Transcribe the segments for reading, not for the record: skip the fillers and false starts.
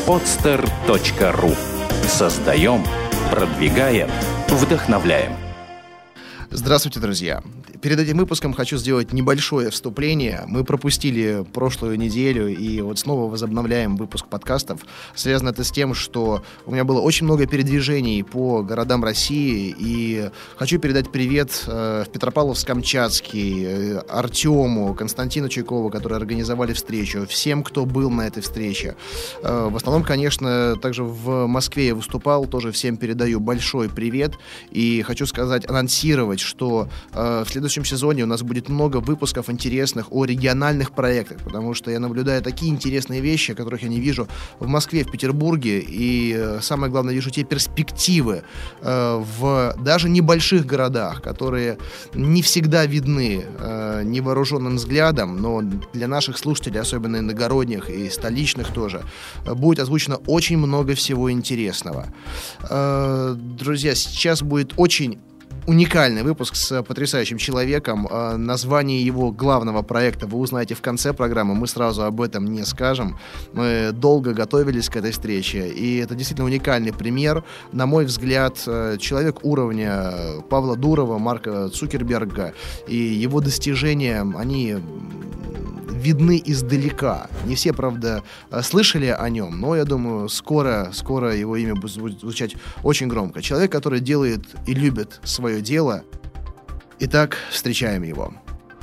podster.ru. Создаем, продвигаем, вдохновляем. Здравствуйте, друзья! Перед этим выпуском хочу сделать небольшое вступление. Мы пропустили прошлую неделю и вот снова возобновляем выпуск подкастов. Связано это с тем, что у меня было очень много передвижений по городам России, и хочу передать привет в Петропавловск-Камчатский, Артему, Константину Чайкову, которые организовали встречу, всем, кто был на этой встрече. В основном, конечно, также в Москве я выступал, тоже всем передаю большой привет, и хочу сказать, анонсировать, что в следующем сезоне у нас будет много выпусков интересных о региональных проектах, потому что я наблюдаю такие интересные вещи, которых я не вижу в Москве, в Петербурге, и самое главное, вижу те перспективы в даже небольших городах, которые не всегда видны невооруженным взглядом, но для наших слушателей, особенно иногородних и столичных тоже, будет озвучено очень много всего интересного. Друзья, сейчас будет очень уникальный выпуск с потрясающим человеком. Название его главного проекта вы узнаете в конце программы. Мы сразу об этом не скажем. Мы долго готовились к этой встрече. И это действительно уникальный пример. На мой взгляд, человек уровня Павла Дурова, Марка Цукерберга. И его достижения, они видны издалека. Не все, правда, слышали о нем, но, я думаю, скоро его имя будет звучать очень громко. Человек, который делает и любит свое дело. Итак, встречаем его.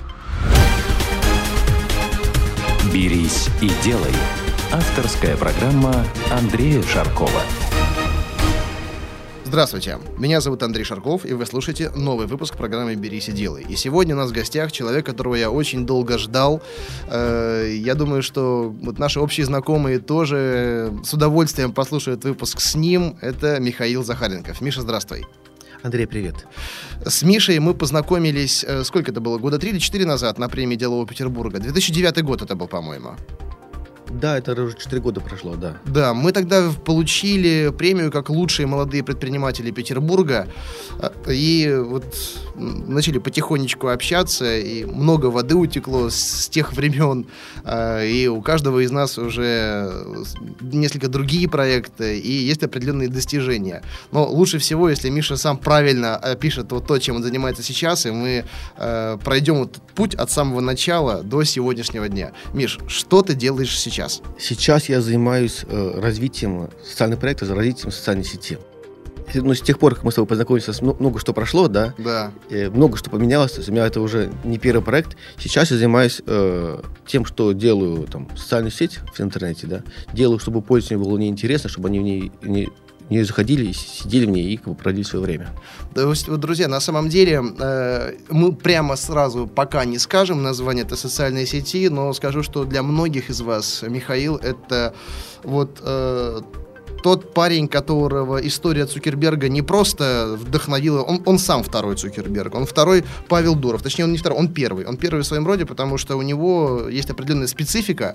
«Берись и делай» — авторская программа Андрея Шаркова. Здравствуйте, меня зовут Андрей Шарков, и вы слушаете новый выпуск программы «Берись и делай». И сегодня у нас в гостях человек, которого я очень долго ждал. Я думаю, что вот наши общие знакомые тоже с удовольствием послушают выпуск с ним. Это Михаил Захаренков. Миша, здравствуй. Андрей, привет. С Мишей мы познакомились, сколько это было, года 3 или 4 назад на премии «Делового Петербурга». 2009 год это был, по-моему. Да, это уже 4 года прошло, да. Да, мы тогда получили премию как лучшие молодые предприниматели Петербурга. И вот начали потихонечку общаться, и много воды утекло с тех времен. И у каждого из нас уже несколько другие проекты, и есть определенные достижения. Но лучше всего, если Миша сам правильно опишет вот то, чем он занимается сейчас, и мы пройдем этот путь от самого начала до сегодняшнего дня. Миш, что ты делаешь сейчас? Сейчас я занимаюсь развитием социальных проектов, развитием социальной сети. Ну, с тех пор, как мы с тобой познакомились, много что прошло, да? Да. Много что поменялось. То есть у меня это уже не первый проект. Сейчас я занимаюсь тем, что делаю там социальную сеть в интернете, да? Делаю, чтобы пользователям было неинтересно, чтобы они в ней не заходили и сидели в ней и проводили свое время. Друзья, на самом деле мы прямо сразу пока не скажем название этой социальной сети, но скажу, что для многих из вас Михаил — это вот тот парень, которого история Цукерберга не просто вдохновила, он сам второй Цукерберг, он второй Павел Дуров, точнее он не второй, он первый в своем роде, потому что у него есть определенная специфика,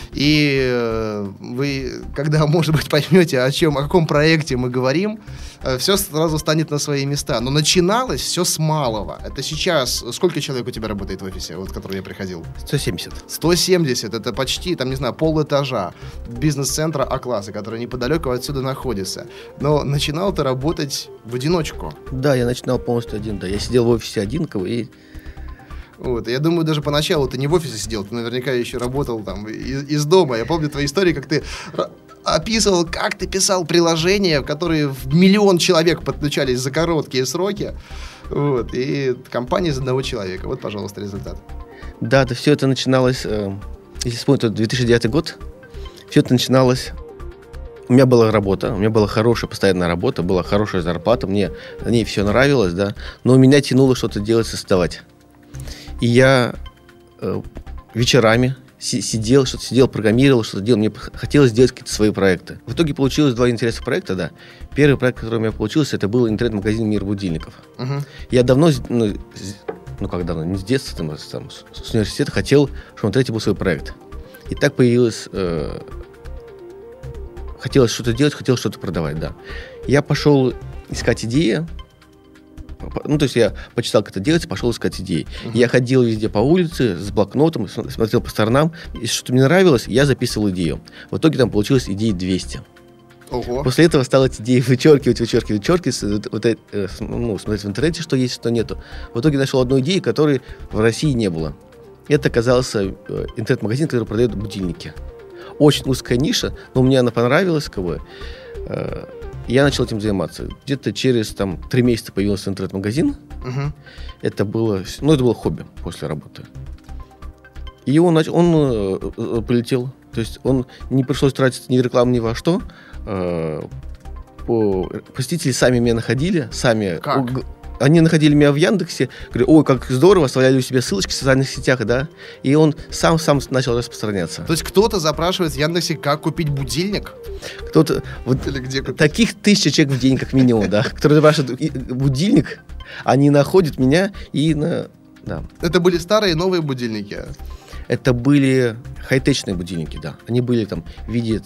и вы, когда, может быть, поймете, о каком проекте мы говорим, все сразу станет на свои места. Но начиналось все с малого. Это сейчас, сколько человек у тебя работает в офисе, вот, в который я приходил? 170. 170, это почти, там, не знаю, полэтажа бизнес-центра А-класса, который неподалеку отсюда находится. Но начинал ты работать в одиночку. Да, я начинал полностью один, да. Я сидел в офисе один, и... Вот, я думаю, даже поначалу ты не в офисе сидел, ты наверняка еще работал там из дома. Я помню твои истории, как ты описывал, как ты писал приложения, в которые в 1 миллион человек подключались за короткие сроки. Вот, и компания из одного человека. Вот, пожалуйста, результат. Да, все это начиналось, если вспомнить, это 2009 год. Все это начиналось... У меня была работа, у меня была хорошая постоянная работа, была хорошая зарплата, мне на ней все нравилось, да, но меня тянуло что-то делать, создавать. И я вечерами сидел, программировал, что-то делал, мне хотелось сделать какие-то свои проекты. В итоге получилось 2 интересных проекта, да. Первый проект, который у меня получился, это был интернет-магазин «Мир будильников». Uh-huh. Я давно, не с детства, с университета хотел, чтобы в интернете был свой проект. И так появилось... Хотелось что-то делать, хотелось что-то продавать, да. Я пошел искать идеи, то есть я почитал, как это делается, пошел искать идеи. Я ходил везде по улице с блокнотом, смотрел по сторонам. Если что-то мне нравилось, я записывал идею. В итоге там получилось идей 200. Ого. После этого стал эти идеи вычеркивать, смотреть в интернете, что есть, что нету. В итоге нашел одну идею, которой в России не было. Это оказался интернет-магазин, который продает будильники. Очень узкая ниша, но мне она понравилась, я начал этим заниматься. Где-то через 3 месяца появился интернет-магазин. Это было хобби после работы. И он полетел. То есть он не пришлось тратить ни рекламу, ни во что. Посетители сами меня находили. Как? Они находили меня в Яндексе, говорят, ой, как здорово, оставляли у себя ссылочки в социальных сетях, да, и он сам начал распространяться. То есть кто-то запрашивает в Яндексе, как купить будильник? Кто-то, Или где купить? Таких 1000 человек в день, как минимум, да, которые запрашивают будильник, они находят меня да. Это были старые и новые будильники? Это были хай-течные будильники, да. Они были в виде,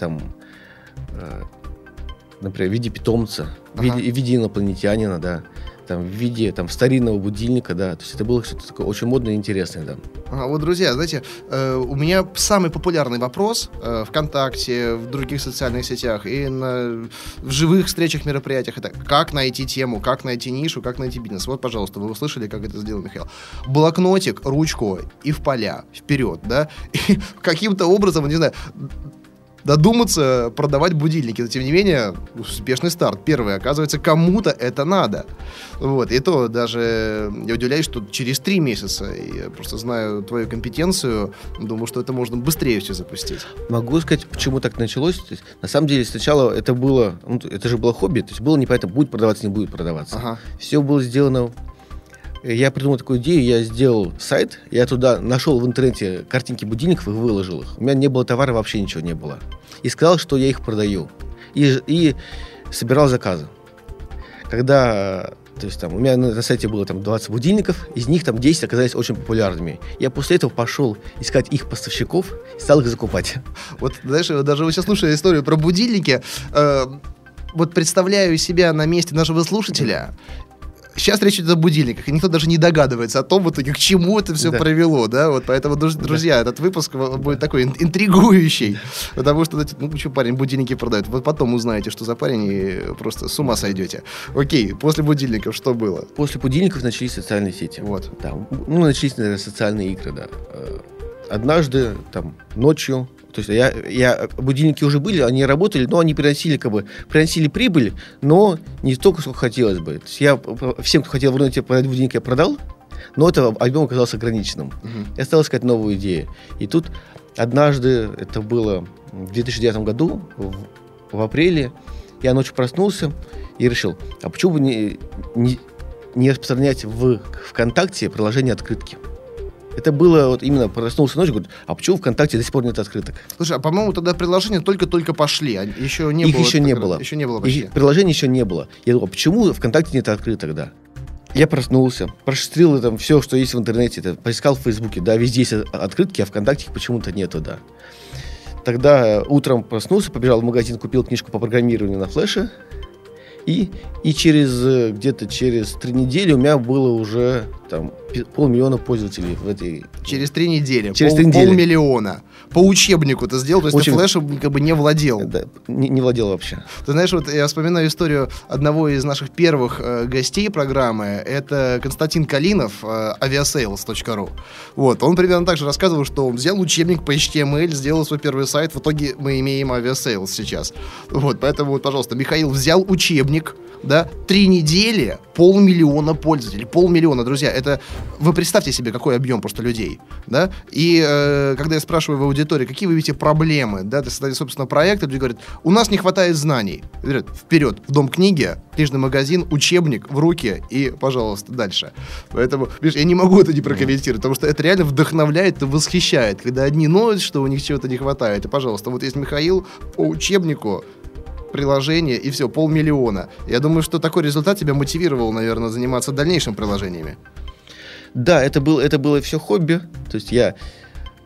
например, в виде питомца, в виде инопланетянина, да. В виде старинного будильника, да, то есть это было что-то такое очень модное и интересное, да. Вот, друзья, знаете, у меня самый популярный вопрос ВКонтакте, в других социальных сетях и в живых встречах, мероприятиях, это как найти тему, как найти нишу, как найти бизнес. Вот, пожалуйста, вы услышали, как это сделал Михаил. Блокнотик, ручку и в поля, вперед, да, и каким-то образом, не знаю, додуматься продавать будильники. Но, тем не менее, успешный старт. Первый, оказывается, кому-то это надо. Вот. И то даже я удивляюсь, что через 3 месяца, я просто знаю твою компетенцию, думаю, что это можно быстрее все запустить. Могу сказать, почему так началось. То есть, на самом деле, сначала это было, это же было хобби, то есть было непонятно, будет продаваться, не будет продаваться. Все было сделано. Я придумал такую идею, я сделал сайт, я туда нашел в интернете картинки будильников и выложил их. У меня не было товара, вообще ничего не было. И сказал, что я их продаю. И собирал заказы. Когда, то есть у меня на сайте было 20 будильников, из них 10 оказались очень популярными. Я после этого пошел искать их поставщиков и стал их закупать. Вот, знаешь, даже вы сейчас слушали историю про будильники, вот представляю себя на месте нашего слушателя. Сейчас речь идет о будильниках, и никто даже не догадывается о том, в итоге, к чему это все привело, да, вот поэтому, друзья, этот выпуск будет такой интригующий, потому что, почему парень будильники продает, вот потом узнаете, что за парень, и просто с ума сойдете. Окей, после будильников что было? После будильников начались социальные сети. Вот. Да, начались, наверное, социальные игры, да. Однажды, ночью, то есть будильники уже были, они работали, но они приносили прибыль, но не столько, сколько хотелось бы. То есть я всем, кто хотел в интернете продать будильник, я продал, но это объем оказался ограниченным. Я стал искать новую идею. И тут однажды, это было в 2009 году, в апреле, я ночью проснулся и решил, а почему бы не распространять в ВКонтакте приложение открытки? Это было именно, проснулся ночью, говорю, а почему ВКонтакте до сих пор нет открыток? Слушай, а по-моему, тогда приложения только пошли, еще не Их было. Еще не было. Еще не было почти. Приложений еще не было. Я думал, а почему ВКонтакте нет открыток, да? Я проснулся, прошерстил все, что есть в интернете, поискал в Фейсбуке, да, везде есть открытки, а ВКонтакте их почему-то нету, да. Тогда утром проснулся, побежал в магазин, купил книжку по программированию на флеше, и где-то через 3 недели у меня было уже 500 000 пользователей в этой... Через 3 недели. Через 3 недели. 500 000. По учебнику ты сделал, то есть ты флешем не владел. Да, не владел вообще. Ты знаешь, вот я вспоминаю историю одного из наших первых гостей программы. Это Константин Калинов, aviasales.ru. Вот, он примерно так же рассказывал, что он взял учебник по HTML, сделал свой первый сайт. В итоге мы имеем Aviasales сейчас. Вот, поэтому, пожалуйста, Михаил взял учебник, да, 3 недели, 500 000 пользователей. 500 000, друзья, это вы представьте себе, какой объем просто людей, да, и когда я спрашиваю в аудитории, какие вы видите проблемы, да, ты создаешь, собственно, проект, люди говорят, у нас не хватает знаний. Говорят, вперед, в Дом книги, книжный магазин, учебник в руки и, пожалуйста, дальше. Поэтому, видишь, я не могу это не прокомментировать, потому что это реально вдохновляет и восхищает, когда одни ноют, что у них чего-то не хватает, и, пожалуйста, вот есть Михаил по учебнику, приложение, и все, 500 000. Я думаю, что такой результат тебя мотивировал, наверное, заниматься дальнейшими приложениями. Да, это было все хобби. То есть я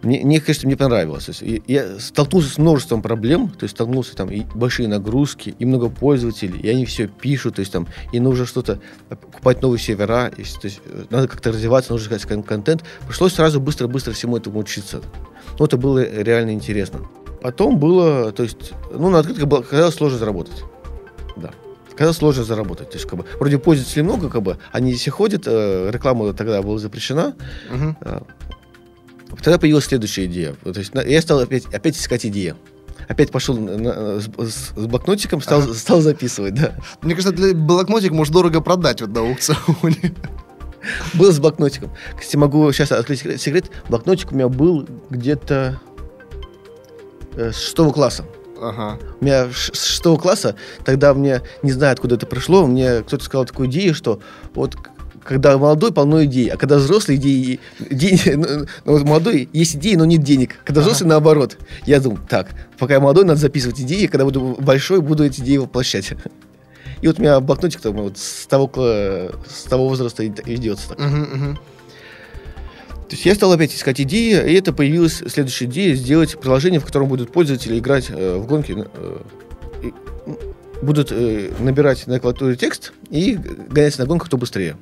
Мне, конечно, мне понравилось. То есть я столкнулся с множеством проблем, то есть столкнулся там и большие нагрузки, и много пользователей, и они все пишут, то есть там и нужно что-то покупать новые сервера, то есть надо как-то развиваться, нужно искать контент. Пришлось сразу быстро всему этому учиться. Ну, это было реально интересно. Потом было, то есть, на открытках казалось сложно заработать. Да. Казалось сложно заработать. То есть, вроде пользователей много, они все ходят, реклама тогда была запрещена. Тогда появилась следующая идея. То есть я стал опять искать идеи. Опять пошел с блокнотиком, стал записывать, да. Мне кажется, блокнотик можно дорого продать на аукционе. Был с блокнотиком. Кстати, могу сейчас открыть секрет. Блокнотик у меня был где-то с 6 класса. Ага. У меня с 6 класса, тогда мне, не знаю, откуда это пришло, мне кто-то сказал такую идею, что вот когда молодой, полно идей, а когда взрослый, молодой, есть идеи, но нет денег. Когда взрослый, наоборот. Я думал, так, пока я молодой, надо записывать идеи, когда буду большой, буду эти идеи воплощать. И вот у меня блокнотик там, вот, с того возраста и ведется так. То есть я стал опять искать идеи, и это появилась следующая идея, сделать приложение, в котором будут пользователи играть в гонки, будут набирать на клавиатуре текст и гоняться на гонках, кто быстрее.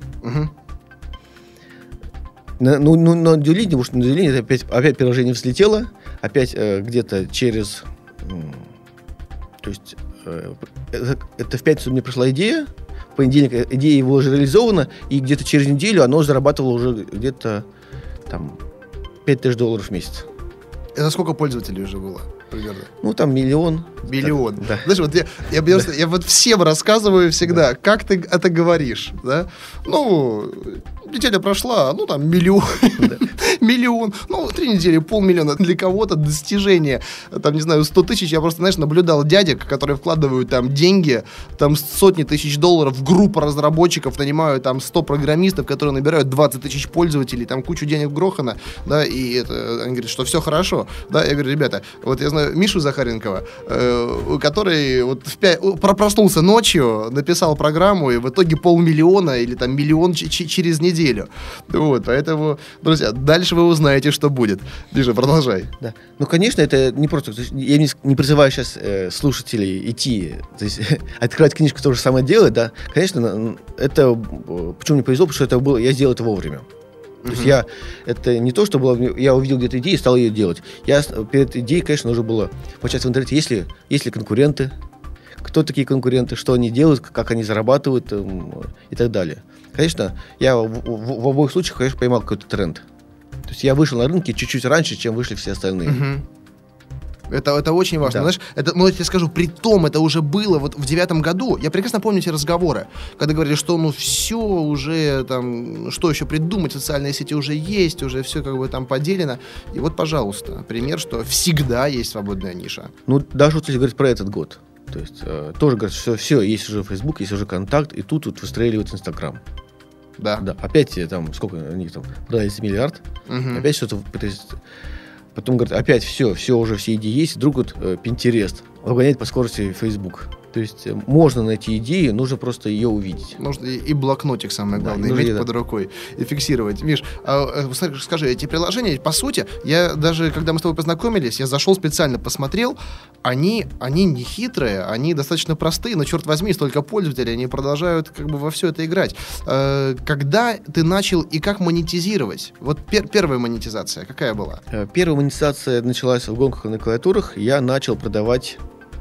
На удивление, потому что на удивление опять приложение взлетело, опять где-то через... То есть это в пятницу мне пришла идея, в понедельник идея его уже реализована, и где-то через неделю оно зарабатывало уже где-то там $5000 в месяц. Это сколько пользователей уже было? Примерно. Ну, там миллион. Миллион. Да. Знаешь, вот я вот всем рассказываю всегда, как ты это говоришь, да? Ну, неделя прошла, ну, там, миллион. Миллион. Ну, 3 недели, 500 000. Для кого-то достижение, там, не знаю, 100 000. Я просто, знаешь, наблюдал дядек, которые вкладывают там деньги, там, сотни тысяч долларов в группу разработчиков, нанимают там 100 программистов, которые набирают 20 000 пользователей, там, кучу денег грохано, да, и это, они говорят, что все хорошо, да, я говорю, ребята, вот я знаю Мишу Захаренкова, который вот проснулся ночью, написал программу, и в итоге 500 000 или там миллион через неделю. Вот, поэтому, друзья, дальше вы узнаете, что будет. Миша, продолжай. Да. Ну, конечно, это не просто... Я не призываю сейчас слушателей идти, то есть открывать книжку, то же самое делать, да. Конечно, это... Почему мне повезло? Потому что это было, я сделал это вовремя. То есть это не то, что было, я увидел где-то идею и стал ее делать. Перед идеей, конечно, нужно было почитать в интернете, есть ли конкуренты, кто такие конкуренты, что они делают, как они зарабатывают и так далее. Конечно, я в обоих случаях, конечно, поймал какой-то тренд. То есть я вышел на рынке чуть-чуть раньше, чем вышли все остальные. Это очень важно. Да. Знаешь, я тебе скажу, при том это уже было вот в 2009 году. Я прекрасно помню эти разговоры, когда говорили, что все уже там, что еще придумать, социальные сети уже есть, уже все как бы там поделено. И вот, пожалуйста, пример, что всегда есть свободная ниша. Ну, даже вот если говорить про этот год. То есть тоже говорят, что все, есть уже Facebook, есть уже Контакт, и тут выстреливает Инстаграм. Да. Опять там, сколько они там продали, миллиард, опять что-то... Потом говорят, опять все идеи есть, вдруг вот Pinterest обгоняет по скорости Facebook. То есть можно найти идею, нужно просто ее увидеть. Нужно и блокнотик, самое главное, иметь под рукой и фиксировать. Миш, скажи, эти приложения, по сути, я даже, когда мы с тобой познакомились, я зашел специально, посмотрел, они не хитрые, они достаточно простые, но, черт возьми, столько пользователей, они продолжают как бы во все это играть. Когда ты начал и как монетизировать? Вот первая монетизация какая была? Первая монетизация началась в гонках на клавиатурах. Я начал продавать...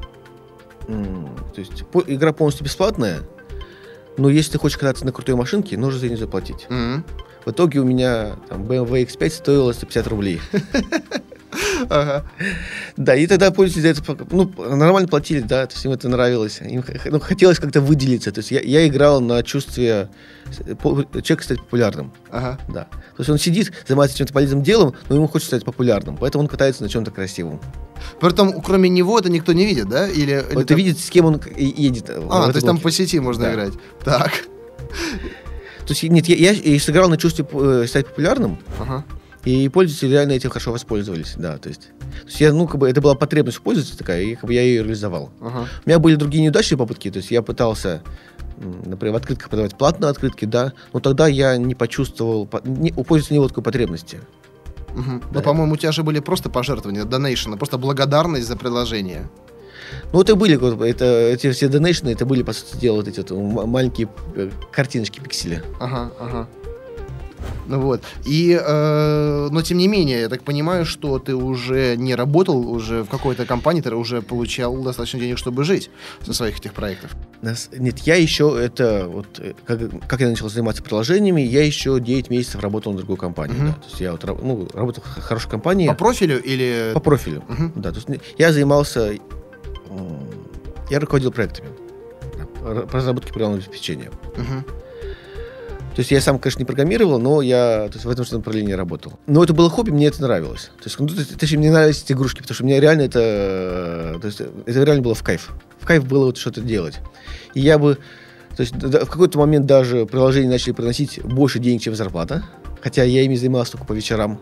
То есть игра полностью бесплатная, но если ты хочешь кататься на крутой машинке, нужно за нее заплатить. В итоге у меня там, BMW X5 стоила 150 рублей. Ага. Да, и тогда пользователи за это нормально платили, да, то есть им это нравилось. Им хотелось как-то выделиться. То есть я играл на чувстве человека стать популярным. Ага. Да. То есть он сидит, занимается чем-то полезным делом, но ему хочется стать популярным, поэтому он катается на чем-то красивом. Притом, кроме него это никто не видит, да? Или ты там... видит, с кем он едет. То есть там по сети можно играть. Так. То есть, нет, я сыграл на чувстве стать популярным, и пользователи реально этим хорошо воспользовались, да, то есть я, это была потребность у пользователя такая, и я ее реализовал. У меня были другие неудачные попытки, то есть я пытался, например, в открытках продавать платные открытки, да, но тогда я не почувствовал, у пользователя не было такой потребности. Угу. Да. Но, по-моему, у тебя же были просто пожертвования, донейшены, просто благодарность за приложение. Ну, это были, эти все донейшны, это были, по сути дела, вот эти вот маленькие картиночки, пиксели. Ага. Ну вот. Но тем не менее, я так понимаю, что ты уже не работал уже в какой-то компании, ты уже получал достаточно денег, чтобы жить со своих этих проектов. Нет, я еще как я начал заниматься приложениями, я еще 9 месяцев работал на другой компании. Да. То есть я работал в хорошей компании. По профилю или... По профилю, да. То есть я занимался... Я руководил проектами по разработке программного обеспечения. То есть я сам, конечно, не программировал, но я в этом же направлении работал. Но это было хобби, мне это нравилось. То есть, точнее, мне нравились эти игрушки, потому что мне реально это реально было в кайф. В кайф было вот что-то делать. И я бы... То есть в какой-то момент даже приложения начали приносить больше денег, чем зарплата. Хотя я ими занимался только по вечерам.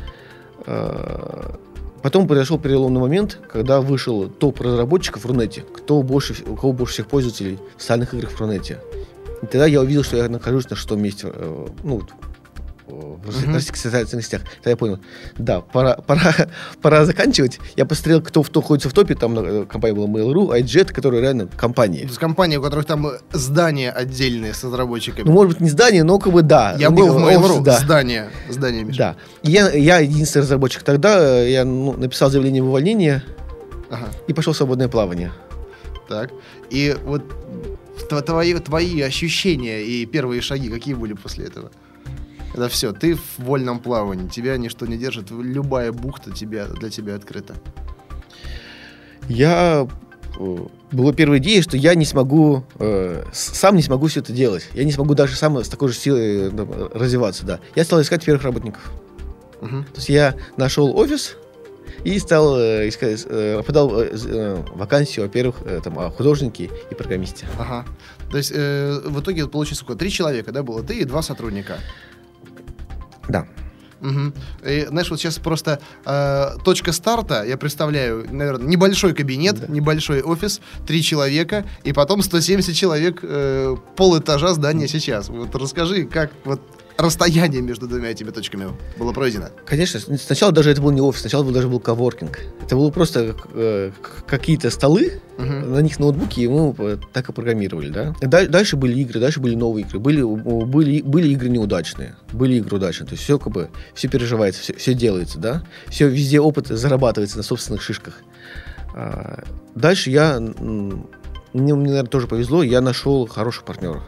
Потом произошел переломный момент, когда вышел топ разработчиков в Рунете. У кого больше всех пользователей в социальных играх в Рунете. И тогда я увидел, что я нахожусь на 6-м месте в российских социальных сетях. Тогда я понял, да, пора заканчивать. Я посмотрел, кто находится в топе. Там компания была Mail.ru, iJet, которые реально компании. То есть компании, у которых там здания отдельные с разработчиками. Ну, может быть, не здание, но как бы да. Я был в Mail.ru, да. здание, Миша. Да. Я единственный разработчик. Тогда я написал заявление в увольнение и пошел в свободное плавание. Так. И вот твои ощущения и первые шаги какие были после этого? Это все, ты в вольном плавании, тебя ничто не держит, любая бухта для тебя открыта. Была первая идея, что я сам не смогу все это делать. Я не смогу даже сам с такой же силой развиваться, да. Я стал искать первых работников. То есть я нашел офис и стал искать, подал вакансию, во-первых, о художнике и программисте. Ага. То есть в итоге получилось сколько? 3 человека, да, было? Ты и 2 сотрудника. Да. И, знаешь, вот сейчас просто точка старта, я представляю, наверное, небольшой кабинет, небольшой офис, 3 человека, и потом 170 человек, полэтажа здания сейчас. Вот расскажи, как вот расстояние между двумя этими точками было пройдено. Конечно, сначала даже это был не офис, сначала даже был коворкинг. Это было просто какие-то столы, на них ноутбуки, и мы так и программировали, да. Дальше были игры, дальше были новые игры, были игры неудачные, были игры удачные, то есть все переживается, все делается, да, все везде опыт зарабатывается на собственных шишках. Дальше мне, наверное, тоже повезло, я нашел хороших партнеров.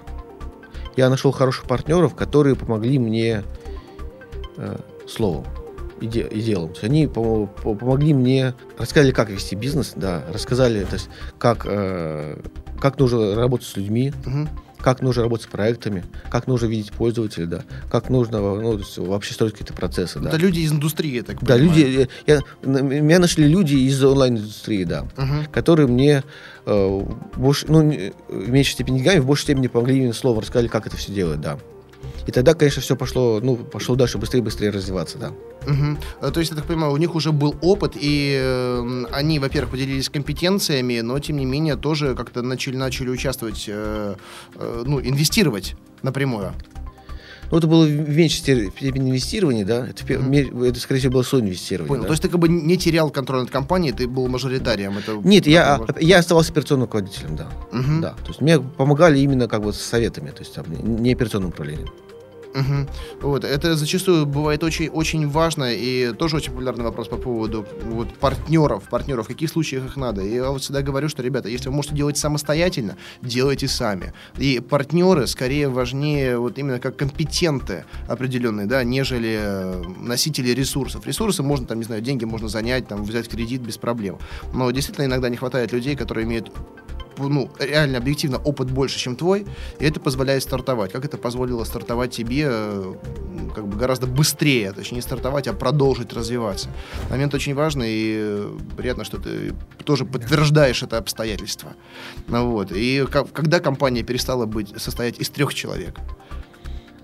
Которые помогли мне словом и делом. То есть они помогли мне, рассказали, как вести бизнес, да, рассказали, то есть, как нужно работать с людьми, как нужно работать с проектами, как нужно видеть пользователя, да, как нужно вообще строить какие-то процессы. Это люди из индустрии, я так да, понимаю. Меня нашли люди из онлайн-индустрии, да, которые мне в меньшей степени деньгами, в большей степени помогли именно словом, рассказали, как это все делать, да. И тогда, конечно, все пошло дальше, быстрее развиваться, да. То есть, я так понимаю, у них уже был опыт, и они, во-первых, поделились компетенциями, но, тем не менее, тоже как-то начали участвовать, инвестировать напрямую. Ну, это было в меньшей степени инвестирование, да, это, скорее всего, было соинвестирование. Понял, да? то есть ты как бы не терял контроль над компанией, ты был мажоритарием. Нет, я оставался операционным руководителем, да. Да. То есть мне помогали именно как бы с советами, то есть не операционным управлением. Вот. Это зачастую бывает очень, очень важно, и тоже очень популярный вопрос по поводу партнеров, в каких случаях их надо. И я вот всегда говорю, что, ребята, если вы можете делать самостоятельно, делайте сами. И партнеры скорее важнее вот именно как компетенты определенные, да, нежели носители ресурсов. Ресурсы можно, там, не знаю, деньги можно занять, там, взять кредит без проблем. Но действительно иногда не хватает людей, которые имеют реально объективно опыт больше, чем твой, и это позволяет стартовать. Как это позволило стартовать тебе как бы гораздо быстрее, точнее не стартовать, а продолжить развиваться. Момент очень важный, и приятно, что ты тоже подтверждаешь это обстоятельство. Вот. И когда компания перестала состоять из 3 человек?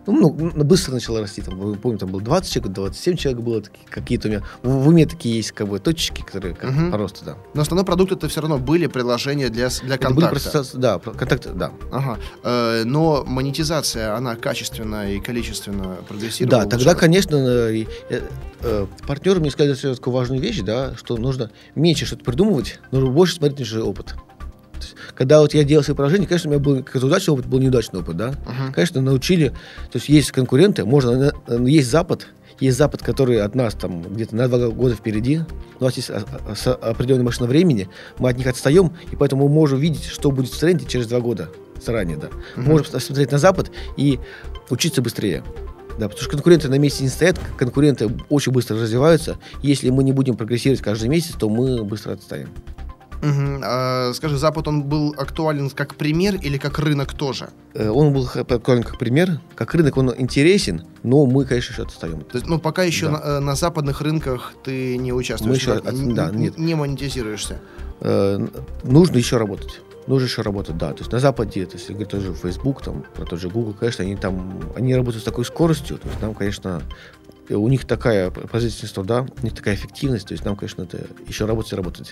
быстро начало расти. Там, помню, там было 20 человек, 27 человек было. Какие-то у меня в уме такие есть как бы точечки, которые по росту, да. Но основной продукт это все равно были приложения для контакта. Да, контакты, да. Ага. Но монетизация, она качественно и количественно прогрессировала. Да, тогда, конечно, партнеры мне сказали такую важную вещь, да, что нужно меньше что-то придумывать, нужно больше смотреть на чужой опыт. Когда вот я делал свои приложения, конечно, у меня был какой-то удачный опыт, был неудачный опыт, да. Конечно, научили, то есть конкуренты, есть Запад, который от нас там где-то на 2 года впереди. У нас есть определенная машина времени, мы от них отстаем, и поэтому мы можем видеть, что будет в тренде через 2 года заранее, да. Можем смотреть на Запад и учиться быстрее. Да, потому что конкуренты на месте не стоят, конкуренты очень быстро развиваются. Если мы не будем прогрессировать каждый месяц, то мы быстро отстанем. Скажи, Запад, он был актуален как пример или как рынок тоже? Он был актуален как пример. Как рынок он интересен, но мы, конечно, еще отстаем. То есть, пока еще на западных рынках ты не участвуешь, не монетизируешься? Нужно еще работать. Да. То есть на Западе, то есть, если говорить тоже Facebook, там, про тот же Google, конечно, они работают с такой скоростью, то есть нам, конечно, у них такая производительность труда, у них такая эффективность, то есть нам, конечно, это еще работать.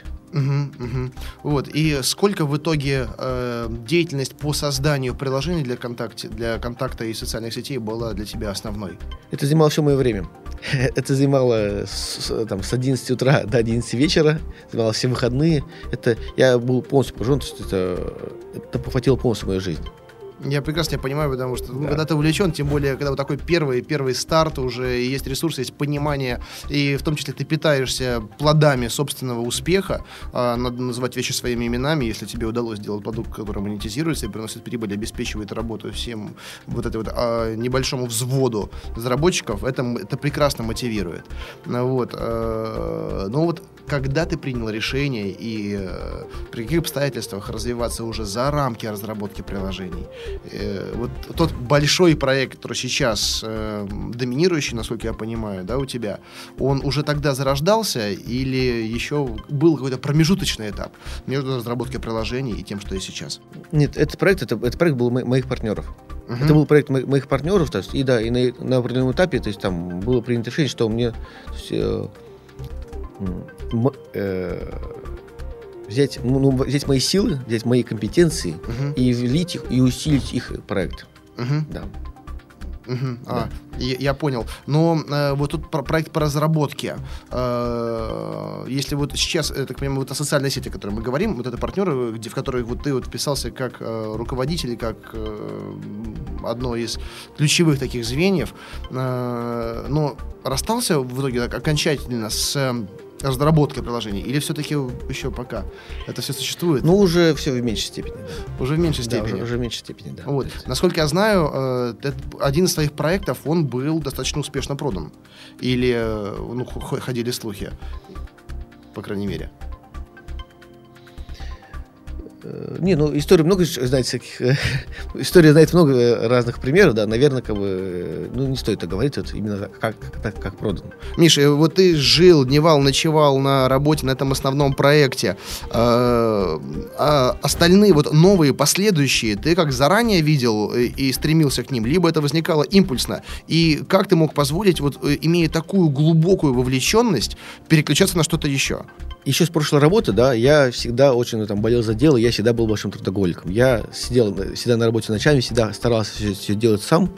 Вот. И сколько в итоге деятельность по созданию приложений для контакта и социальных сетей была для тебя основной? Это занимало все мое время. Это занимало с 11 утра до 11 вечера, занимало все выходные. Я был полностью погружен, то есть это похватило полностью мою жизнь. Я прекрасно понимаю, потому что когда ты увлечен, тем более, когда вот такой первый старт, уже есть ресурсы, есть понимание, и в том числе ты питаешься плодами собственного успеха, надо называть вещи своими именами, если тебе удалось сделать продукт, который монетизируется и приносит прибыль, обеспечивает работу всем вот этой небольшому взводу разработчиков, это прекрасно мотивирует. Но вот когда ты принял решение и при каких обстоятельствах развиваться уже за рамки разработки приложений, вот тот большой проект, который сейчас доминирующий, насколько я понимаю, да, у тебя, он уже тогда зарождался или еще был какой-то промежуточный этап между разработкой приложений и тем, что есть сейчас? Нет, этот проект был моих партнеров. Это был проект моих партнеров, то есть, и на определенном этапе, то есть там было принято решение, что мне взять мои силы, взять мои компетенции и влить их, и усилить их проект. Да. Да. Я понял. Но вот тут проект по разработке. Если вот сейчас, так понимаю, вот о социальной сети, о которой мы говорим, вот это партнеры, в которых вот ты вот вписался как руководитель, как одно из ключевых таких звеньев, но расстался в итоге окончательно с разработкой приложений? Или все-таки еще пока это все существует? Уже все в меньшей степени. Да. Уже в меньшей степени? Да, уже в меньшей степени, да. Вот. Насколько я знаю, один из твоих проектов, он был достаточно успешно продан. Или ходили слухи, по крайней мере. История много знает всяких. История знает много разных примеров, да. Наверное, не стоит так говорить, вот именно как продан. Миша, вот ты жил, дневал, ночевал на работе на этом основном проекте. А остальные вот новые, последующие, ты как заранее видел и стремился к ним, либо это возникало импульсно? И как ты мог позволить, вот имея такую глубокую вовлеченность, переключаться на что-то еще? Еще с прошлой работы, да, я всегда очень болел за дело, я всегда был большим трудоголиком. Я сидел всегда на работе ночами, всегда старался все делать сам.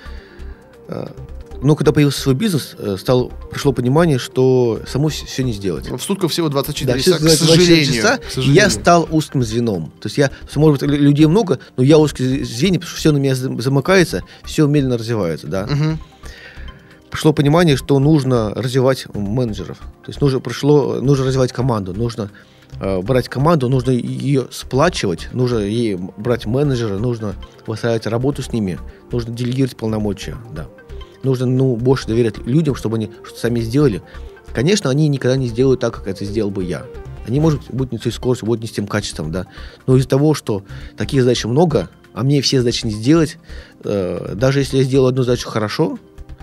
Но когда появился свой бизнес, пришло понимание, что самому все не сделать. В сутках всего 24 часа, к сожалению. Я стал узким звеном. То есть может быть, людей много, но я узкий звенья, потому что все на меня замыкается, все медленно развивается, да. Пришло понимание, что нужно развивать менеджеров. То есть нужно развивать команду, нужно брать команду, нужно ее сплачивать, нужно ей брать менеджера, нужно выстраивать работу с ними, нужно делегировать полномочия, да. Нужно больше доверять людям, чтобы они что-то сами сделали. Конечно, они никогда не сделают так, как это сделал бы я. Они, может быть, будут не с той скоростью, будут не с тем качеством, да. Но из-за того, что таких задач много, а мне все задачи не сделать, даже если я сделаю одну задачу хорошо,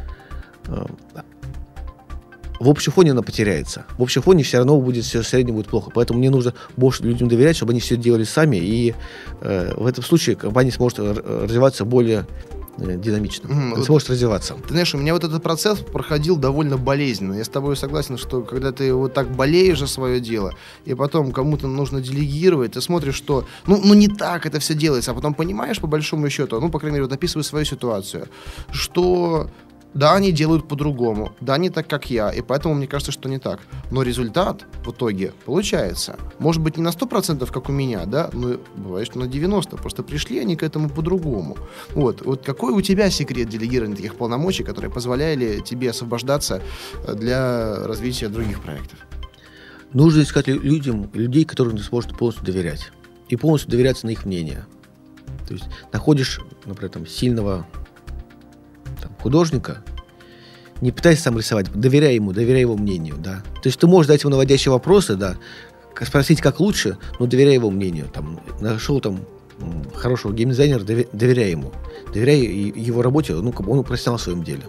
в общем фоне она потеряется. В общем фоне все равно будет все в среднем будет плохо. Поэтому мне нужно больше людям доверять, чтобы они все делали сами. И в этом случае компания сможет развиваться более динамично. Он сможет развиваться. Ты знаешь, у меня вот этот процесс проходил довольно болезненно. Я с тобой согласен, что когда ты вот так болеешь за свое дело, и потом кому-то нужно делегировать, ты смотришь, что не так это все делается, а потом понимаешь, по большому счету, по крайней мере, вот описываю свою ситуацию, что да, они делают по-другому, да, не так, как я, и поэтому мне кажется, что не так. Но результат в итоге получается. Может быть, не на 100%, как у меня, да, но бывает, что на 90%. Просто пришли они к этому по-другому. Вот какой у тебя секрет делегирования таких полномочий, которые позволяли тебе освобождаться для развития других проектов? Нужно искать людей, которым ты сможешь полностью доверять. И полностью доверяться на их мнение. То есть находишь, например, сильного художника, не пытайся сам рисовать, доверяй его мнению, да. То есть ты можешь дать ему наводящие вопросы, да, спросить, как лучше, но доверяй его мнению. Нашел хорошего геймдизайнера, доверяй ему. Доверяй его работе, он профессионал в своем деле.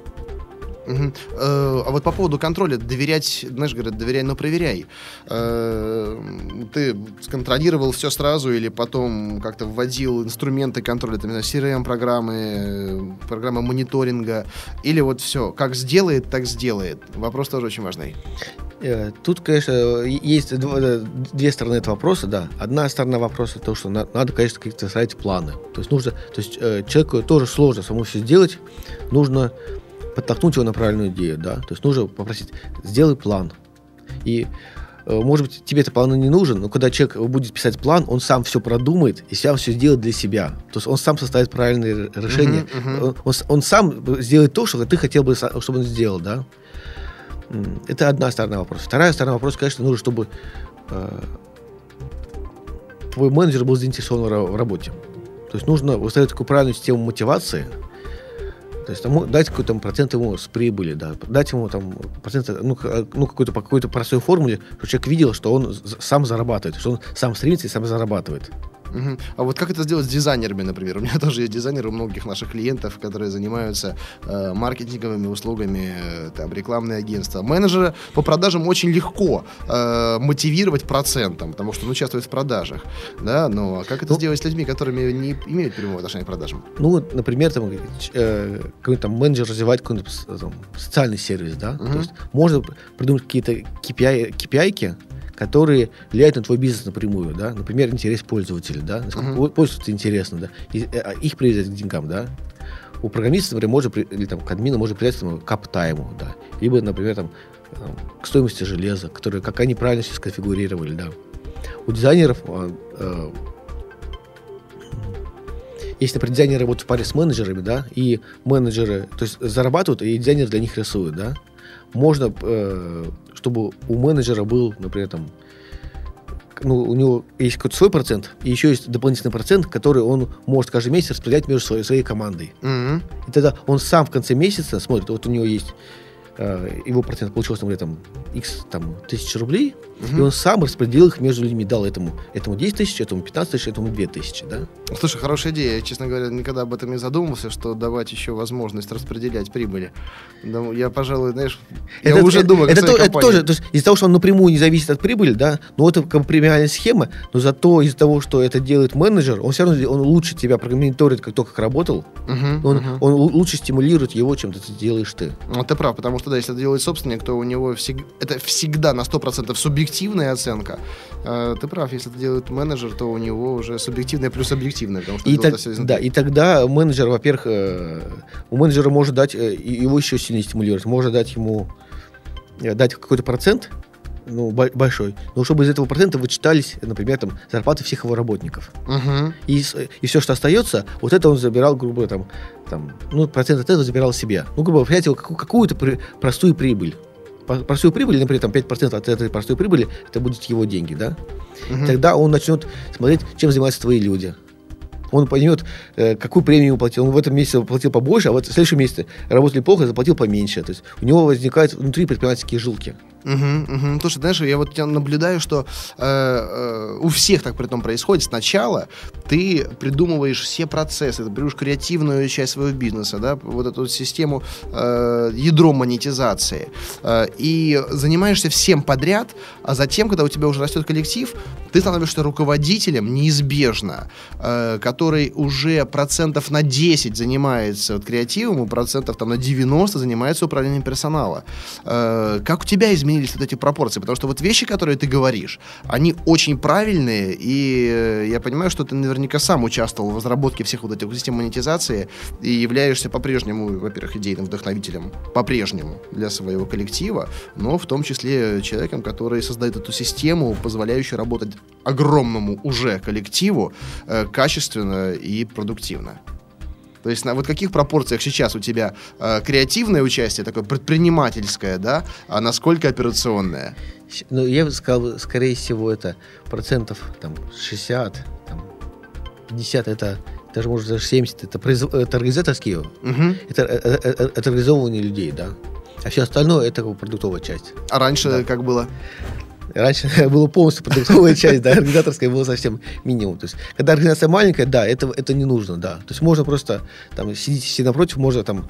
А вот по поводу контроля, доверять, знаешь, говорят, доверяй, но проверяй. Ты сконтролировал все сразу или потом как-то вводил инструменты контроля, CRM-программы, программы мониторинга, или вот все, как сделает, так сделает? Вопрос тоже очень важный. Тут, конечно, есть две стороны этого вопроса, да. Одна сторона вопроса, то, что надо, конечно, какие-то ставить планы. То есть человеку тоже сложно самому все сделать, нужно подтолкнуть его на правильную идею, да, то есть нужно попросить, сделай план. И, может быть, тебе этот план не нужен, но когда человек будет писать план, он сам все продумает и сам все сделает для себя. То есть он сам составит правильные решения. Он сам сделает то, что ты хотел бы, чтобы он сделал, да. Это одна сторона вопроса. Вторая сторона вопроса, конечно, нужно, чтобы твой менеджер был заинтересован в работе. То есть нужно установить такую правильную систему мотивации. То есть дать какой-то процент ему с прибыли, да, дать ему процент, по какой-то простой формуле, чтобы человек видел, что он сам зарабатывает, что он сам стремится и сам зарабатывает. А вот как это сделать с дизайнерами, например? У меня тоже есть дизайнеры у многих наших клиентов, которые занимаются маркетинговыми услугами, рекламные агентства. Менеджера по продажам очень легко мотивировать процентом, потому что он участвует в продажах. Да? Но как это сделать с людьми, которые не имеют прямого отношения к продажам? Например, какой-то менеджер развивает какой-то социальный сервис, да? То есть можно придумать какие-то KPI-ки, которые влияют на твой бизнес напрямую, да, например, интерес пользователя, да, пользователю интересно, да, их привязать к деньгам, да. У программиста, например, или к админу можно привязать к аптайму, да, либо, например, к стоимости железа, как они правильно все сконфигурировали, да. У дизайнеров, если, например, дизайнеры работают в паре с менеджерами, да, и менеджеры, то есть зарабатывают, и дизайнер для них рисует, да, можно, чтобы у менеджера был, например, у него есть какой-то свой процент, и еще есть дополнительный процент, который он может каждый месяц распределять между своей командой. И тогда он сам в конце месяца смотрит, вот у него есть его процент получился, например, X тысяч рублей, и он сам распределил их между людьми, дал этому 10 тысяч, этому 15 тысяч, этому 2 тысячи, да? Слушай, хорошая идея. Я, честно говоря, никогда об этом не задумывался, что давать еще возможность распределять прибыли. Я, пожалуй, знаешь, уже думаю, как своей компании. Тоже, то есть из-за того, что он напрямую не зависит от прибыли, да, но это премиальная схема, но зато из-за того, что это делает менеджер, он все равно лучше тебя мониторит, как работал, он лучше стимулирует его, чем ты делаешь ты. Ты прав, потому что, да, если это делает собственник, то у него это всегда на 100% субъективная оценка. Ты прав, если это делает менеджер, то у него уже субъективная плюс объективная, потому что и тогда менеджер, во-первых, у менеджера может дать, его еще сильнее стимулировать, можно дать ему какой-то процент, большой, но чтобы из этого процента вычитались, например, зарплаты всех его работников. И все, что остается, вот это он забирал, грубо процент от этого забирал себе. Грубо говоря, какую-то простую прибыль. Простую прибыль, например, 5% от этой простой прибыли, это будут его деньги, да? Тогда он начнет смотреть, чем занимаются твои люди. Он поймет, какую премию ему платил. Он в этом месяце платил побольше, а в следующем месяце работали плохо, заплатил поменьше. То есть у него возникают внутри предпринимательские жилки. Слушай, знаешь, я наблюдаю, что у всех так при том происходит сначала, ты придумываешь все процессы, ты берешь креативную часть своего бизнеса, да, вот эту систему ядро монетизации, и занимаешься всем подряд, а затем, когда у тебя уже растет коллектив, ты становишься руководителем неизбежно, который уже процентов на 10 занимается креативом, и процентов там, на 90 занимается управлением персонала. Как у тебя изменились вот эти пропорции? Потому что вот вещи, которые ты говоришь, они очень правильные, и я понимаю, что ты наверняка сам участвовал в разработке всех вот этих систем монетизации и являешься по-прежнему, во-первых, идейным вдохновителем, по-прежнему для своего коллектива, но в том числе человеком, который создает эту систему, позволяющую работать огромному уже коллективу качественно и продуктивно. То есть на вот каких пропорциях сейчас у тебя креативное участие, такое предпринимательское, да, а насколько операционное? Ну, я бы сказал, скорее всего, это процентов там, 60, там, 50, это даже, может, даже 70, это организаторские, это организовывание людей, да. А все остальное, это продуктовая часть. А раньше как было? Раньше было полностью продуктовая часть, да, организаторская была совсем минимум. То есть, когда организация маленькая, да, это не нужно, да. То есть можно просто там сидите все напротив, можно там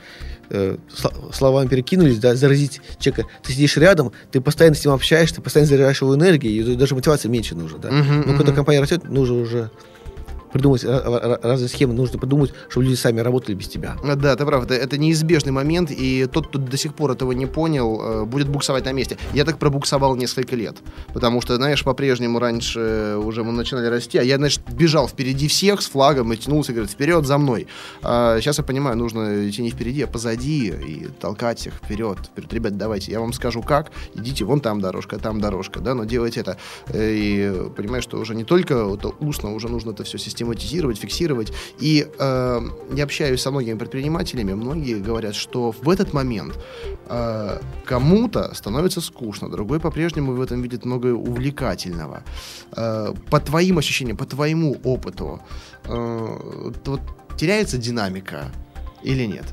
словами перекинулись, да, заразить человека. Ты сидишь рядом, ты постоянно с ним общаешься, ты постоянно заряжаешь его энергией, и даже мотивации меньше нужно, да. Но когда компания растет, нужно уже придумать разные схемы, нужно придумать, чтобы люди сами работали без тебя. Да, ты прав, это неизбежный момент, и тот, кто до сих пор этого не понял, будет буксовать на месте. Я так пробуксовал несколько лет, потому что, знаешь, по-прежнему раньше уже мы начинали расти, а я, знаешь, бежал впереди всех с флагом и тянулся, говорит, вперед, за мной. А сейчас я понимаю, нужно идти не впереди, а позади и толкать их вперед. Ребят, давайте, я вам скажу как, идите, вон там дорожка, да, но делайте это. И понимаешь, что уже не только это устно, уже нужно это все систематизировать, фиксировать. И я общаюсь со многими предпринимателями, многие говорят, что в этот момент кому-то становится скучно, другой по-прежнему в этом видит много увлекательного. По твоим ощущениям, по твоему опыту, вот, теряется динамика или нет?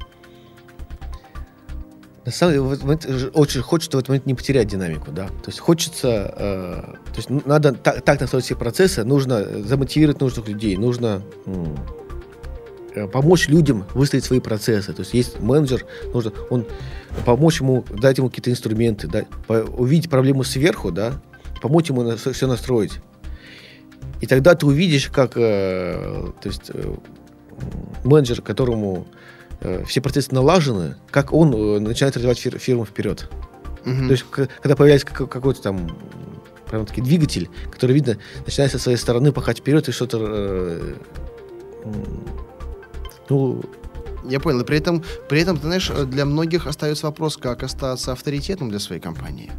На самом деле, очень хочется в этот момент не потерять динамику, да. То есть хочется, то есть надо так настроить все процессы, нужно замотивировать нужных людей, нужно помочь людям выстроить свои процессы. То есть есть менеджер, нужно помочь ему, дать ему какие-то инструменты, да, увидеть проблему сверху, да, помочь ему все настроить. И тогда ты увидишь, как, то есть менеджер, которому все процессы налажены, как он начинает развивать фирму вперед. То есть, когда появляется какой-то там прям-таки двигатель, который, видно, начинает со своей стороны пахать вперед и что-то... Я понял. При этом, ты знаешь, для многих остается вопрос, как остаться авторитетом для своей компании.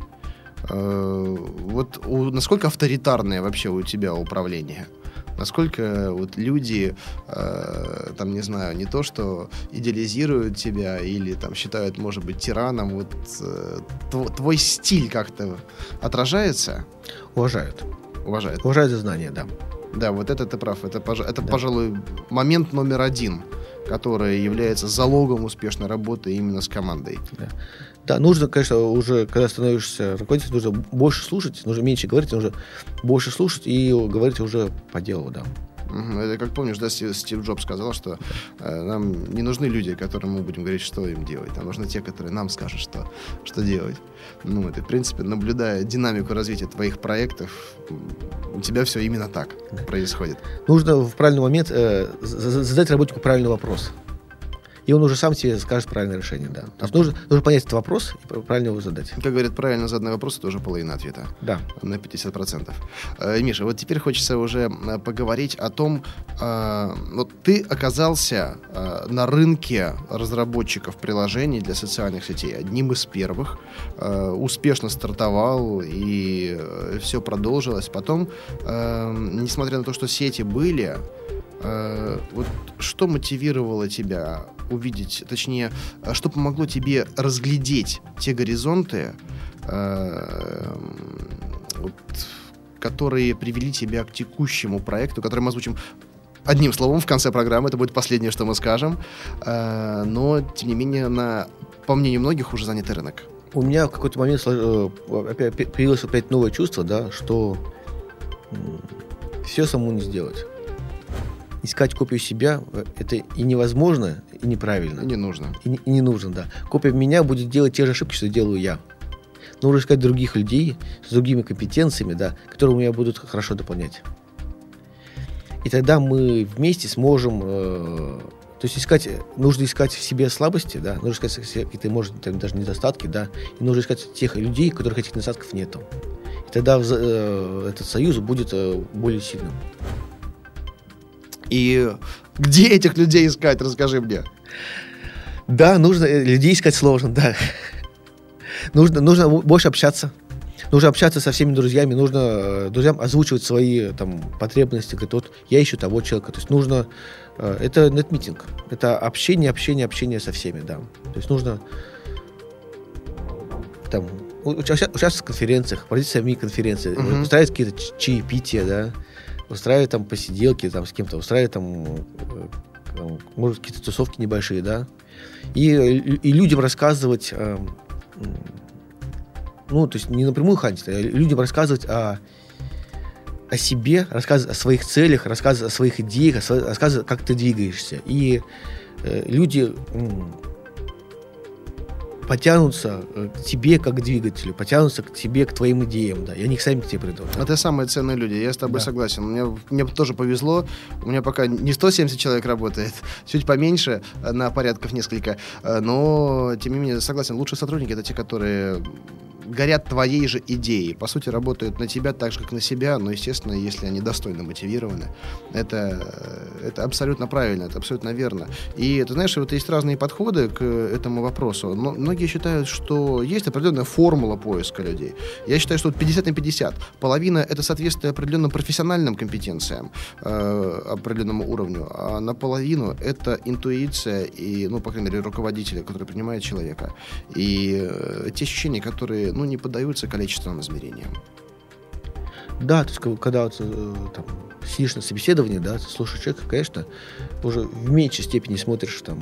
Вот насколько авторитарное вообще у тебя управление? Насколько вот люди, там, не знаю, не то, что идеализируют тебя или там считают, может быть, тираном, вот твой стиль как-то отражается? Уважают. Уважают за знания, да. Да, вот это ты прав. Это, пожалуй, момент номер один, который является залогом успешной работы именно с командой. Да, нужно, конечно, уже, когда становишься руководителем, нужно больше слушать, нужно меньше говорить, нужно больше слушать и говорить уже по делу, да. Это, как помнишь, да, Стив Джобс сказал, что нам не нужны люди, которым мы будем говорить, что им делать, а нужны те, которые нам скажут, что делать. Ну, это, в принципе, наблюдая динамику развития твоих проектов, у тебя все именно так происходит. Нужно в правильный момент задать работнику правильный вопрос. И он уже сам тебе скажет правильное решение, да. То есть нужно понять этот вопрос и правильно его задать. Как говорят, правильно заданный вопрос — это уже половина ответа. Да. На 50%. Миша, вот теперь хочется уже поговорить о том, вот ты оказался на рынке разработчиков приложений для социальных сетей одним из первых, успешно стартовал, и все продолжилось. Потом, несмотря на то, что сети были, вот что мотивировало тебя увидеть, точнее, что помогло тебе разглядеть те горизонты, которые привели тебя к текущему проекту, который мы озвучим одним словом в конце программы, это будет последнее, что мы скажем, но, тем не менее, по мнению многих, уже занятый рынок. У меня в какой-то момент опять появилось опять новое чувство, да, что все самому не сделать. искать копию себя это и невозможно, и неправильно. Не нужно. И не нужно, да. Копия меня будет делать те же ошибки, что делаю я. Нужно искать других людей с другими компетенциями, да, которые меня будут хорошо дополнять. И тогда мы вместе сможем... то есть нужно искать в себе слабости, да, нужно искать в себе какие-то, может, там, даже недостатки, да, и нужно искать тех людей, у которых этих недостатков нету. И тогда этот союз будет более сильным. И где этих людей искать, расскажи мне. Да, нужно людей искать сложно, да. Нужно больше общаться. Нужно общаться со всеми друзьями, нужно друзьям озвучивать свои там потребности. Говорит, вот я ищу того человека. То есть нужно... Это нетмитинг. Это общение со всеми, да. То есть нужно там участвовать в конференциях, проводить сами конференции, устраивать какие-то чаепития, да, устраивать там посиделки там, с кем-то, устраивать там, может, какие-то тусовки небольшие, да. И людям рассказывать... то есть не напрямую хантить, а людям рассказывать о себе, рассказывать о своих целях, рассказывать о своих идеях, рассказывать, как ты двигаешься. И люди потянутся к тебе как к двигателю, потянутся к тебе, к твоим идеям, да, и они сами к тебе придут. Да. Это самые ценные люди, я с тобой согласен. Мне тоже повезло, у меня пока не 170 человек работает, чуть поменьше, на порядков несколько, но, тем не менее, согласен, лучшие сотрудники — это те, которые горят твоей же идеей, по сути, работают на тебя так же, как на себя, но, естественно, если они достойно мотивированы, это абсолютно правильно, это абсолютно верно. И, ты знаешь, вот есть разные подходы к этому вопросу, но многие считают, что есть определенная формула поиска людей. Я считаю, что 50 на 50. Половина — это соответствие определенным профессиональным компетенциям, определенному уровню, а наполовину — это интуиция и, по крайней мере, руководителя, который принимает человека, и те ощущения, которые не поддаются количественным измерениям. Да, то есть, когда там, сидишь на собеседовании, да, слушаешь человека, конечно, уже в меньшей степени смотришь там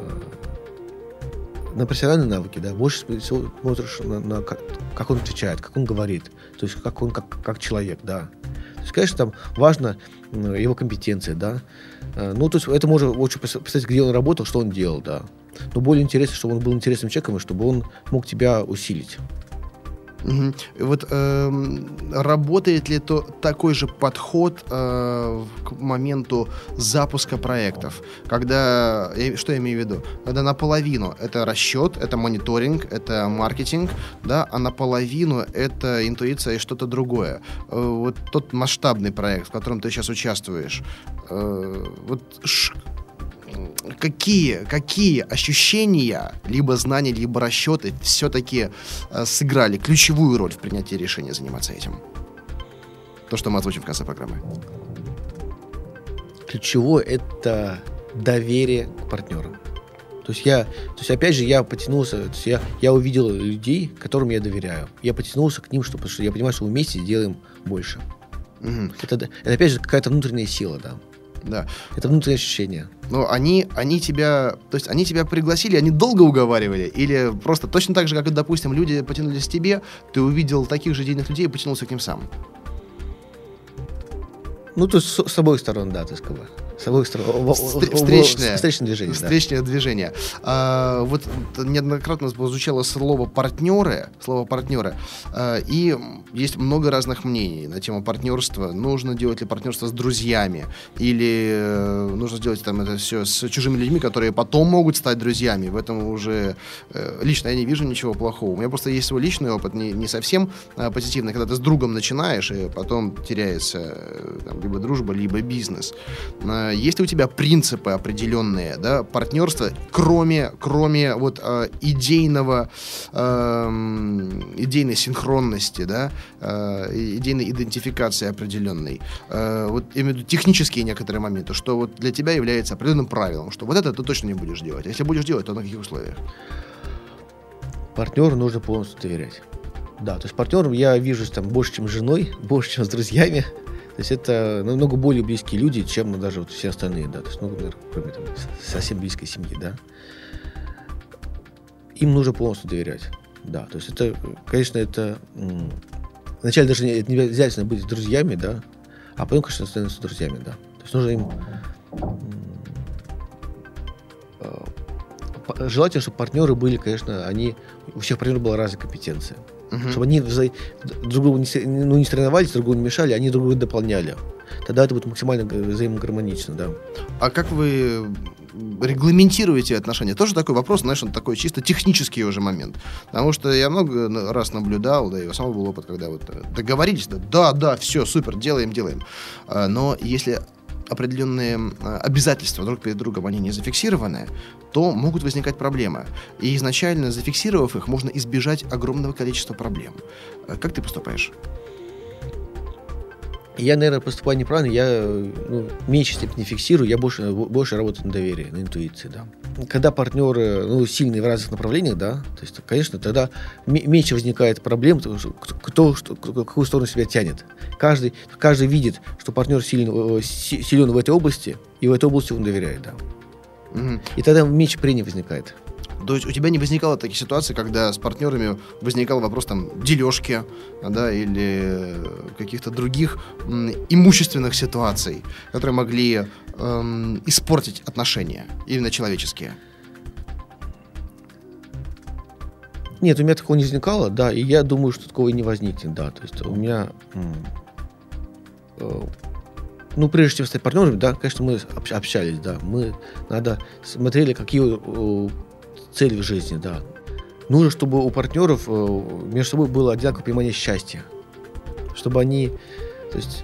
на профессиональные навыки, да, больше смотришь на как он отвечает, как он говорит, то есть как он как человек, да. То есть, конечно, там важно его компетенция, да. То есть это можно очень представить, где он работал, что он делал, да. Но более интересно, чтобы он был интересным человеком, и чтобы он мог тебя усилить. Угу. Вот работает ли такой же подход к моменту запуска проектов? Когда, что я имею в виду? Когда наполовину это расчет, это мониторинг, это маркетинг, да, а наполовину это интуиция и что-то другое. Вот тот масштабный проект, в котором ты сейчас участвуешь, какие ощущения, либо знания, либо расчеты все-таки сыграли ключевую роль в принятии решения заниматься этим? То, что мы озвучим в конце программы. Ключевое — это доверие к партнерам. То есть опять же, я потянулся, я увидел людей, которым я доверяю. Я потянулся к ним, потому что я понимаю, что мы вместе делаем больше. Угу. Это опять же какая-то внутренняя сила, да. Да. Это внутреннее ощущение. Но они тебя пригласили, они долго уговаривали? Или просто точно так же, как, допустим, люди потянулись к тебе, ты увидел таких же идейных людей и потянулся к ним сам? То есть с обоих сторон, да, ты сказал. С обоих сторон. Встречное движение. Встречное движение. Вот неоднократно звучало слово партнеры, и есть много разных мнений на тему партнерства. Нужно делать ли партнерство с друзьями, или нужно сделать это все с чужими людьми, которые потом могут стать друзьями. В этом уже лично я не вижу ничего плохого. У меня просто есть свой личный опыт, не совсем позитивный, когда ты с другом начинаешь, и потом теряется либо дружба, либо бизнес. Есть ли у тебя принципы определенные, да, партнерства, кроме вот идейной синхронности, да, идейной идентификации определенной, вот я имею в виду технические некоторые моменты, что вот для тебя является определенным правилом, что вот это ты точно не будешь делать. Если будешь делать, то на каких условиях? Партнеру нужно полностью доверять. Да, то есть партнером я вижу там больше, чем с женой, больше, чем с друзьями. То есть это намного более близкие люди, чем даже вот все остальные, да. То есть, кроме совсем близкой семьи, да. Им нужно полностью доверять. Да, то есть это, конечно, это... Вначале даже не обязательно быть друзьями, да, а потом, конечно, становятся друзьями, да. То есть нужно им желательно, чтобы партнеры были, конечно, у всех партнеров была разная компетенция. Чтобы они друг другу не соревновались, друг другу не мешали, они друг друга дополняли. Тогда это будет максимально взаимогармонично, да. А как вы регламентируете отношения? Тоже такой вопрос, знаешь, он такой чисто технический уже момент. Потому что я много раз наблюдал, да, и у самого был опыт, когда вот договорились, да, все, супер, делаем. Но если определенные обязательства друг перед другом, они не зафиксированы, то могут возникать проблемы. И изначально зафиксировав их, можно избежать огромного количества проблем. Как ты поступаешь? Я, наверное, поступаю неправильно, я в меньшей степени фиксирую, я больше работаю на доверии, на интуиции, да. Когда партнеры сильные в разных направлениях, да, то есть, конечно, тогда меньше возникает проблем, в какую сторону себя тянет. Каждый видит, что партнер силен в этой области, и в этой области он доверяет, да. И тогда меньше прений возникает. То есть у тебя не возникало таких ситуаций, когда с партнерами возникал вопрос там дележки, да, или каких-то других имущественных ситуаций, которые могли испортить отношения, именно человеческие? Нет, у меня такого не возникало, да, и я думаю, что такого и не возникнет, да. То есть у меня, прежде чем стать партнерами, да, конечно, мы общались, да, мы смотрели, какие цели в жизни, да. Нужно, чтобы у партнеров между собой было одинаковое понимание счастья. Чтобы они... То есть...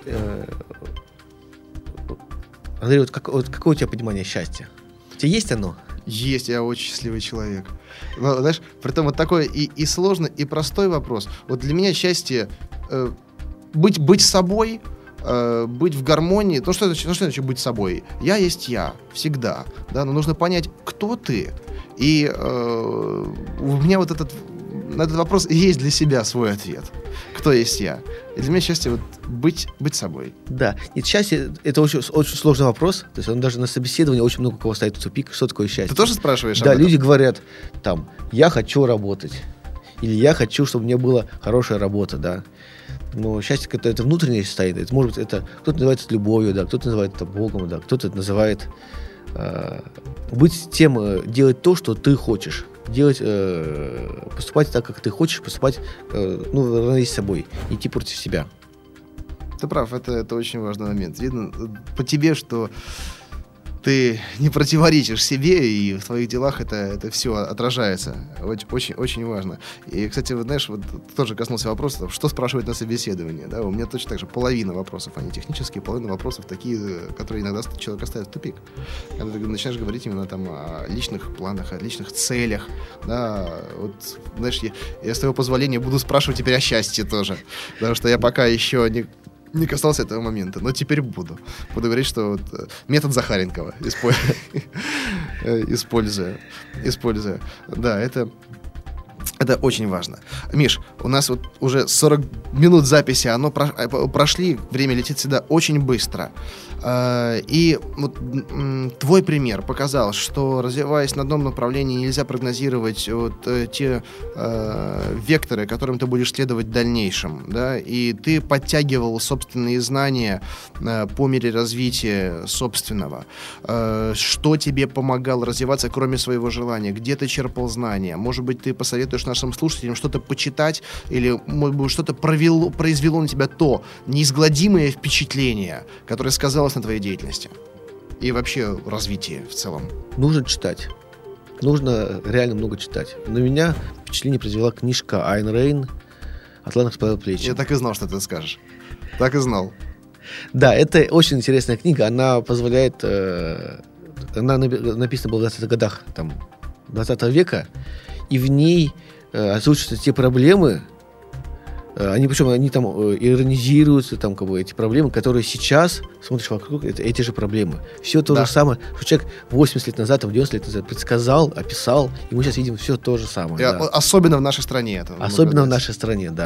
Андрей, вот какое у тебя понимание счастья? У тебя есть оно? Есть, я очень счастливый человек. Но, знаешь, притом вот такой и сложный, и простой вопрос. Вот для меня счастье быть собой, быть в гармонии. Что значит быть собой? Я есть я, всегда. Да? Но нужно понять, кто ты. И у меня на этот вопрос есть для себя свой ответ. Кто есть я? И для меня счастье быть собой. Да. И счастье — это очень, очень сложный вопрос. То есть он даже на собеседовании очень много кого ставит в тупик. Что такое счастье? Ты тоже спрашиваешь об этом? Да, люди говорят там: я хочу работать. Или я хочу, чтобы у меня была хорошая работа, да. Но счастье — это внутреннее состояние. Это, может быть, кто-то называет это любовью, да, кто-то называет это Богом, да, кто-то это называет быть тем, делать то, что ты хочешь. Поступать так, как ты хочешь, поступать равновесие с собой, идти против себя. Ты прав, это очень важный момент. Видно по тебе, что ты не противоречишь себе, и в твоих делах это все отражается. Очень, очень важно. И, кстати, вот, знаешь, тоже коснулся вопроса, что спрашивать на собеседовании. Да? У меня точно так же половина вопросов, они технические, половина вопросов такие, которые иногда человека ставят в тупик. Когда ты начинаешь говорить именно там о личных планах, о личных целях. Да? Вот, знаешь, я с твоего позволения буду спрашивать теперь о счастье тоже. Потому что я пока еще не касался этого момента, но теперь буду. Буду говорить, что метод Захаренкова используя. Да, это очень важно. Миш, у нас уже 40 минут записи, прошли, время летит всегда очень быстро. И твой пример показал, что, развиваясь на одном направлении, нельзя прогнозировать те векторы, которым ты будешь следовать в дальнейшем, да? И ты подтягивал собственные знания по мере развития собственного. Что тебе помогало развиваться, кроме своего желания? Где ты черпал знания? Может быть, ты посоветуешь нашим слушателям что-то почитать, или, может быть, что-то произвело на тебя то неизгладимое впечатление, которое сказалось на твоей деятельности и вообще развитии в целом? Нужно читать. Нужно реально много читать. На меня впечатление произвела книжка Айн Рэйн «Атлант расправил плечи». Я так и знал, что ты скажешь. Так и знал. Да, это очень интересная книга. Она позволяет... Она написана была в 20-х годах 20 века, и в ней озвучиваются те проблемы, они там иронизируются, эти проблемы, которые сейчас, смотришь вокруг, это эти же проблемы. Все то же самое, что человек 80 лет назад, 90 лет назад предсказал, описал, и мы сейчас видим все то же самое. Да. Особенно в нашей стране. Особенно в нашей стране, да.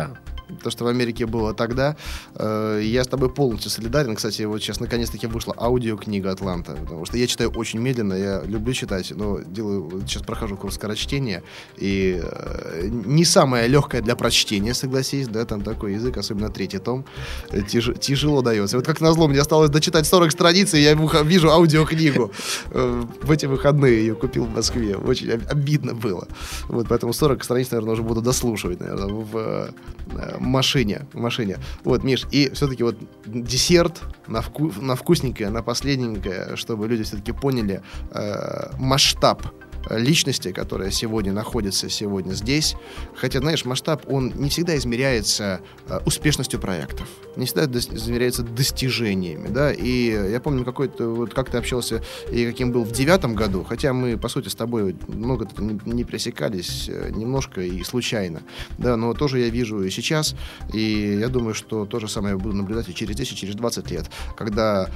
то, что в Америке было тогда. Я с тобой полностью солидарен. Кстати, вот сейчас наконец-таки вышла аудиокнига «Атланта», потому что я читаю очень медленно, я люблю читать, но сейчас прохожу курс скорочтения, и не самое легкое для прочтения, согласись, да, там такой язык, особенно 3-й том, тяжело дается. Вот как назло, мне осталось дочитать 40 страниц, и я вижу аудиокнигу. В эти выходные ее купил в Москве. Очень обидно было. Вот, поэтому 40 страниц, наверное, уже буду дослушивать, наверное, в машине. Вот, Миш, и все-таки вот десерт на вкусненькое, на последненькое, чтобы люди все-таки поняли масштаб личности, которая сегодня находится здесь. Хотя, знаешь, масштаб, он не всегда измеряется успешностью проектов, не всегда измеряется достижениями, да, и я помню, как ты общался и каким был в 9-м году, хотя мы, по сути, с тобой много не пересекались, немножко и случайно, да, но тоже я вижу и сейчас, и я думаю, что то же самое я буду наблюдать и через 10, и через 20 лет, когда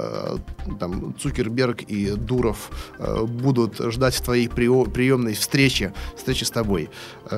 там Цукерберг и Дуров будут ждать в твоей приемной встречи с тобой.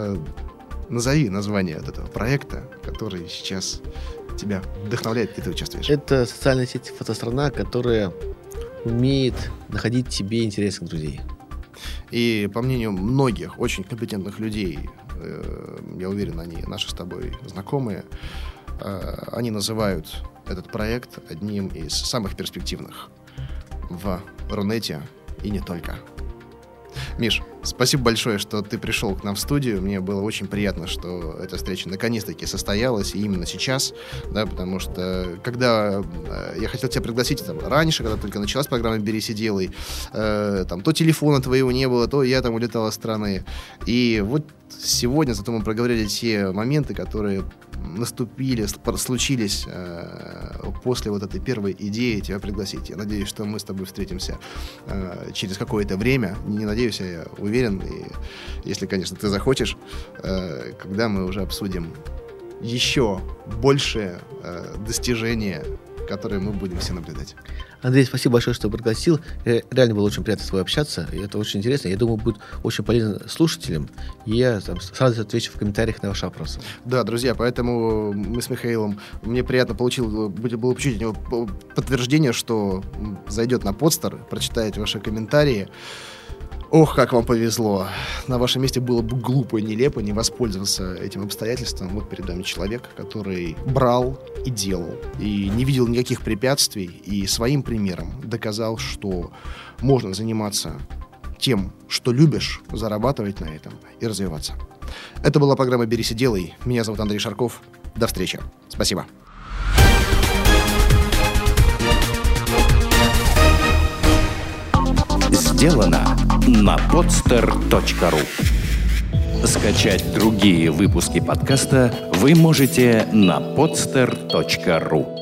Назови название этого проекта, который сейчас тебя вдохновляет, и ты участвуешь. Это социальная сеть «Фотострана», которая умеет находить тебе интересных друзей. И по мнению многих очень компетентных людей, я уверен, они наши с тобой знакомые, они называют этот проект одним из самых перспективных в Рунете и не только. Миш, спасибо большое, что ты пришел к нам в студию. Мне было очень приятно, что эта встреча наконец-таки состоялась, и именно сейчас, да, потому что когда я хотел тебя пригласить там, раньше, когда только началась программа «Берись и делай», там, то телефона твоего не было, то я там улетал из страны. И вот сегодня зато мы проговорили те моменты, которые случились после вот этой первой идеи тебя пригласить. Я надеюсь, что мы с тобой встретимся через какое-то время. Не надеюсь, я уверен. И если, конечно, ты захочешь, когда мы уже обсудим еще большие достижения, которые мы будем все наблюдать. Андрей, спасибо большое, что пригласил. Реально было очень приятно с тобой общаться. И это очень интересно. Я думаю, будет очень полезно слушателям. И я сразу отвечу в комментариях на ваши вопросы. Да, друзья, поэтому мы с Михаилом, мне приятно было получить от него подтверждение, что зайдет на Подстер, прочитает ваши комментарии. Ох, как вам повезло. На вашем месте было бы глупо и нелепо не воспользоваться этим обстоятельством. Вот перед вами человек, который брал и делал, и не видел никаких препятствий, и своим примером доказал, что можно заниматься тем, что любишь, зарабатывать на этом и развиваться. Это была программа «Берись и делай». Меня зовут Андрей Шарков. До встречи. Спасибо. Сделано на podster.ru. Скачать другие выпуски подкаста вы можете на podster.ru.